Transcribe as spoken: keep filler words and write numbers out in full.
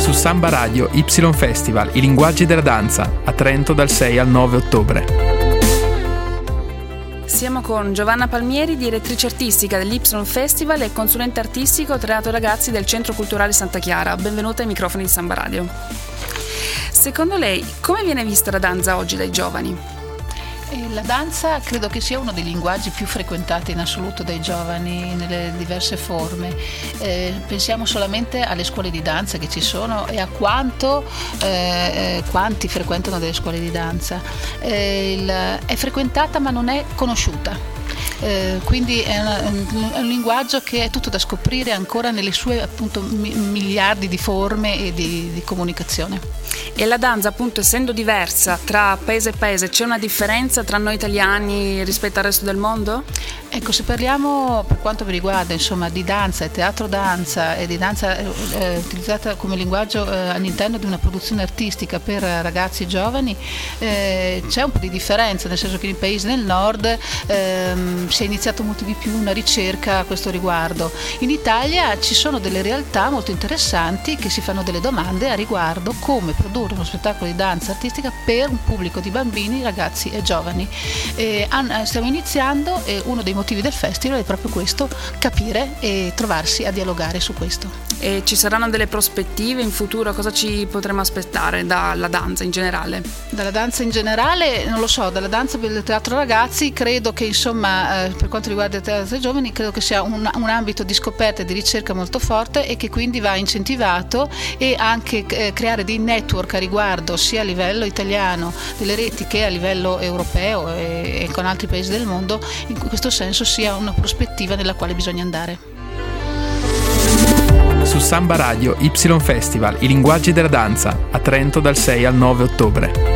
Su Samba Radio Y Festival, i linguaggi della danza, a Trento dal sei al nove ottobre. Siamo con Giovanna Palmieri, direttrice artistica dell'Y Festival e consulente artistico Teatro Ragazzi del Centro Culturale Santa Chiara. Benvenuta ai microfoni di Samba Radio. Secondo lei, come viene vista la danza oggi dai giovani? La danza credo che sia uno dei linguaggi più frequentati in assoluto dai giovani nelle diverse forme. Eh, pensiamo solamente alle scuole di danza che ci sono e a quanto eh, quanti frequentano delle scuole di danza. Eh, il, è frequentata ma non è conosciuta. Eh, quindi è, una, è un linguaggio che è tutto da scoprire ancora nelle sue appunto mi, miliardi di forme e di, di comunicazione. E la danza, appunto, essendo diversa tra paese e paese, c'è una differenza tra noi italiani rispetto al resto del mondo? Ecco, se parliamo per quanto mi riguarda insomma di danza e teatro danza e di danza eh, utilizzata come linguaggio eh, all'interno di una produzione artistica per ragazzi giovani, eh, c'è un po' di differenza, nel senso che nei paesi del nord ehm, si è iniziato molto di più una ricerca a questo riguardo. In Italia ci sono delle realtà molto interessanti che si fanno delle domande a riguardo come produrre uno spettacolo di danza artistica per un pubblico di bambini, ragazzi e giovani. Eh, stiamo iniziando e uno dei motivi del festival è proprio questo, capire e trovarsi a dialogare su questo. E ci saranno delle prospettive in futuro? Cosa ci potremo aspettare dalla danza in generale? Dalla danza in generale non lo so, dalla danza per il teatro ragazzi credo che insomma eh, per quanto riguarda il teatro giovani credo che sia un, un ambito di scoperta e di ricerca molto forte e che quindi va incentivato e anche eh, creare dei network a riguardo sia a livello italiano delle reti che a livello europeo e, e con altri paesi del mondo, in questo senso sia una prospettiva nella quale bisogna andare. Su Samba Radio Y Festival, i linguaggi della danza, a Trento dal sei al nove ottobre.